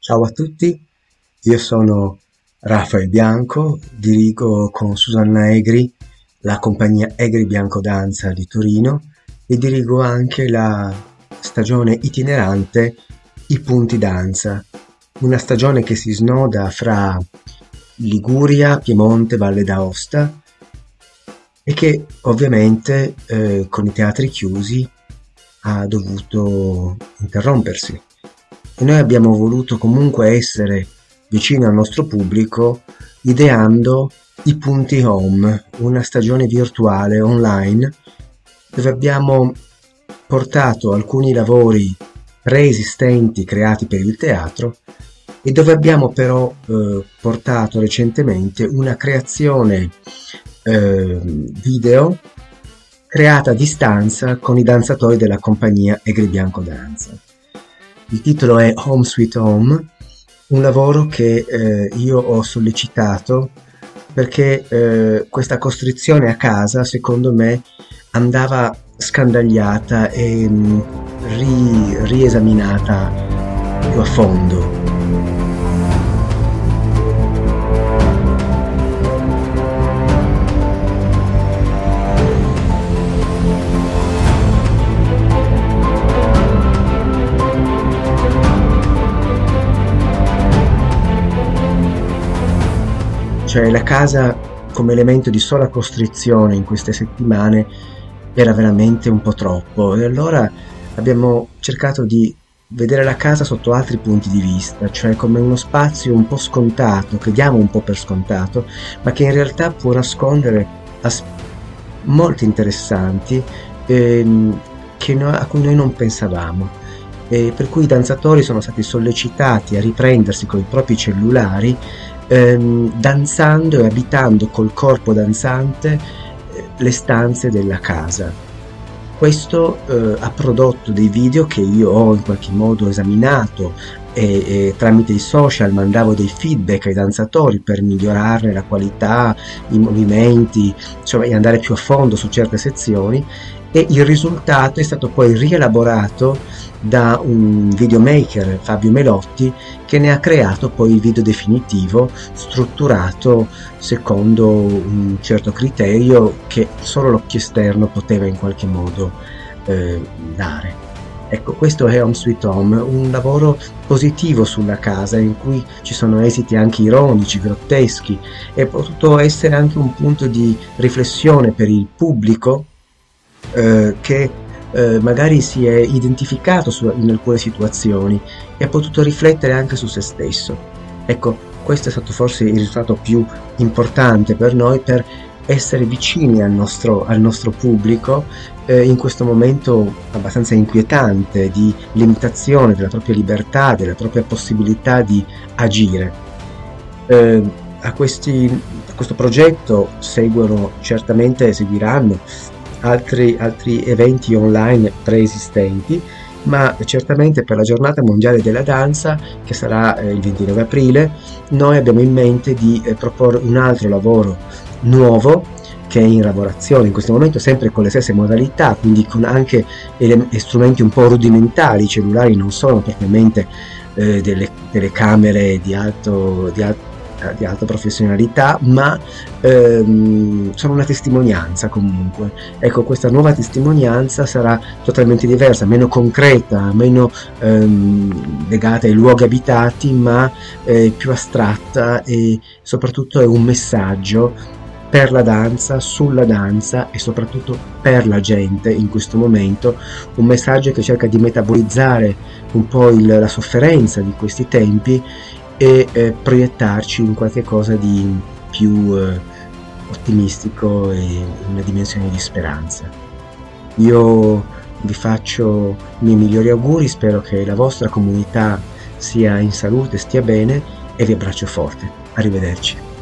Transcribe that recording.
Ciao a tutti, io sono Raffaele Bianco, dirigo con Susanna Egri la compagnia Egri Bianco Danza di Torino e dirigo anche la stagione itinerante I Punti Danza, una stagione che si snoda fra Liguria, Piemonte, Valle d'Aosta e che ovviamente con i teatri chiusi ha dovuto interrompersi. E noi abbiamo voluto comunque essere vicino al nostro pubblico ideando i punti home, una stagione virtuale online dove abbiamo portato alcuni lavori preesistenti creati per il teatro e dove abbiamo però portato recentemente una creazione video creata a distanza con i danzatori della compagnia Egri Bianco Danza. Il titolo è Home Sweet Home, un lavoro che io ho sollecitato perché questa costrizione a casa, secondo me, andava scandagliata e riesaminata più a fondo. Cioè la casa come elemento di sola costrizione in queste settimane era veramente un po' troppo e allora abbiamo cercato di vedere la casa sotto altri punti di vista, cioè come uno spazio un po' scontato, che diamo un po' per scontato, ma che in realtà può nascondere molto interessanti a cui noi non pensavamo. E per cui i danzatori sono stati sollecitati a riprendersi con i propri cellulari danzando e abitando col corpo danzante le stanze della casa. Questo ha prodotto dei video che io ho in qualche modo esaminato e tramite i social mandavo dei feedback ai danzatori per migliorarne la qualità, i movimenti, insomma, e andare più a fondo su certe sezioni, e il risultato è stato poi rielaborato da un videomaker, Fabio Melotti, che ne ha creato poi il video definitivo strutturato secondo un certo criterio che solo l'occhio esterno poteva in qualche modo dare. Ecco, questo è Home Sweet Home, un lavoro positivo sulla casa in cui ci sono esiti anche ironici, grotteschi, e potuto essere anche un punto di riflessione per il pubblico che magari si è identificato in alcune situazioni e ha potuto riflettere anche su se stesso. Ecco, questo è stato forse il risultato più importante per noi, per essere vicini al nostro pubblico in questo momento abbastanza inquietante di limitazione della propria libertà, della propria possibilità di agire. A questo progetto seguiranno altri eventi online preesistenti, ma certamente per la giornata mondiale della danza, che sarà il 29 aprile, noi abbiamo in mente di proporre un altro lavoro nuovo che è in lavorazione in questo momento, sempre con le stesse modalità, quindi con anche strumenti un po' rudimentali. I cellulari non sono propriamente delle telecamere di alta professionalità, ma sono una testimonianza comunque. Ecco, questa nuova testimonianza sarà totalmente diversa, meno concreta, meno legata ai luoghi abitati, ma più astratta, e soprattutto è un messaggio per la danza, sulla danza e soprattutto per la gente in questo momento, un messaggio che cerca di metabolizzare un po' la sofferenza di questi tempi e proiettarci in qualche cosa di più ottimistico e in una dimensione di speranza. Io vi faccio i miei migliori auguri, spero che la vostra comunità sia in salute, stia bene, e vi abbraccio forte. Arrivederci.